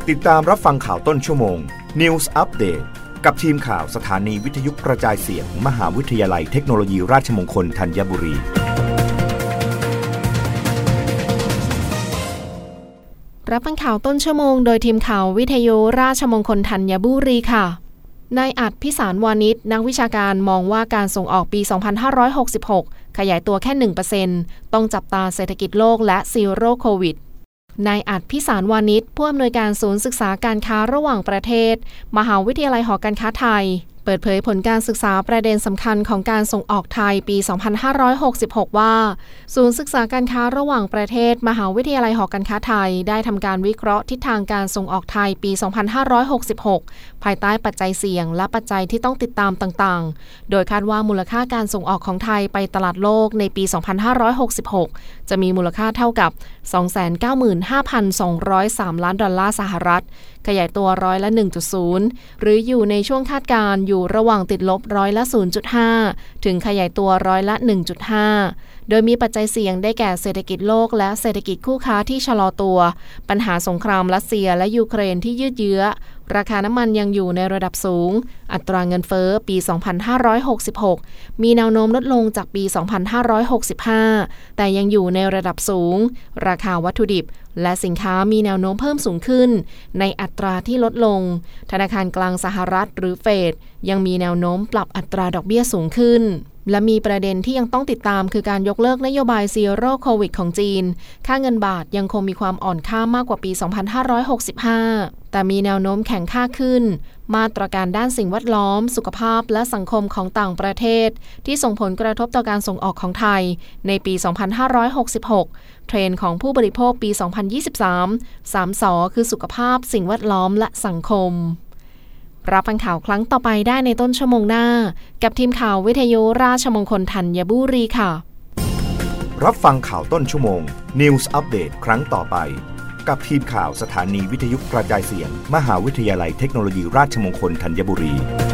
ติดตามรับฟังข่าวต้นชั่วโมง News Update กับทีมข่าวสถานีวิทยุกระจายเสียง มหาวิทยาลัยเทคโนโลยีราชมงคลธัญบุรีรับฟังข่าวต้นชั่วโมงโดยทีมข่าววิทยุราชมงคลธัญบุรีค่ะนายอัฏฐพิสารวานิชนักวิชาการมองว่าการส่งออกปี 2566 ขยายตัวแค่ 1% ต้องจับตาเศรษฐกิจโลกและซีโร่โควิดนายอัฏฐพิสารวานิชผู้อำนวยการศูนย์ศึกษาการค้าระหว่างประเทศมหาวิทยาลัยหอการค้าไทยเปิดเผยผลการศึกษาประเด็นสำคัญของการส่งออกไทยปี 2566 ว่าศูนย์ศึกษาการค้าระหว่างประเทศมหาวิทยาลัยหอการค้าไทยได้ทำการวิเคราะห์ทิศทางการส่งออกไทยปี 2566 ภายใต้ปัจจัยเสี่ยงและปัจจัยที่ต้องติดตามต่างๆโดยคาดว่ามูลค่าการส่งออกของไทยไปตลาดโลกในปี 2566 จะมีมูลค่าเท่ากับ 295,203 ล้านดอลลาร์สหรัฐขยายตัวร้อยละ 1.0 หรืออยู่ในช่วงคาดการณ์อยู่ระหว่างติดลบร้อยละ 0.5 ถึงขยายตัวร้อยละ 1.5 โดยมีปัจจัยเสี่ยงได้แก่เศรษฐกิจโลกและเศรษฐกิจคู่ค้าที่ชะลอตัวปัญหาสงครามรัสเซียและยูเครนที่ยืดเยื้อราคาน้ำมันยังอยู่ในระดับสูงอัตราเงินเฟ้อปี 2566 มีแนวโน้มลดลงจากปี 2565 แต่ยังอยู่ในระดับสูงราคาวัตถุดิบและสินค้ามีแนวโน้มเพิ่มสูงขึ้นในอัตราที่ลดลงธนาคารกลางสหรัฐหรือเฟดยังมีแนวโน้มปรับอัตราดอกเบี้ยสูงขึ้นและมีประเด็นที่ยังต้องติดตามคือการยกเลิกนโยบายซีโร่โควิดของจีนค่าเงินบาทยังคงมีความอ่อนค่ามากกว่าปี 2565 แต่มีแนวโน้มแข็งค่าขึ้นมาตรการด้านสิ่งแวดล้อมสุขภาพและสังคมของต่างประเทศที่ส่งผลกระทบต่อการส่งออกของไทยในปี 2566 เทรนด์ของผู้บริโภคปี 2023 3 ส.คือสุขภาพสิ่งแวดล้อมและสังคมรับฟังข่าวครั้งต่อไปได้ในต้นชั่วโมงหน้ากับทีมข่าววิทยุราชมงคลธัญบุรีค่ะรับฟังข่าวต้นชั่วโมง News Update ครั้งต่อไปกับทีมข่าวสถานีวิทยุกระจายเสียง มหาวิทยาลัยเทคโนโลยีราชมงคลธัญบุรี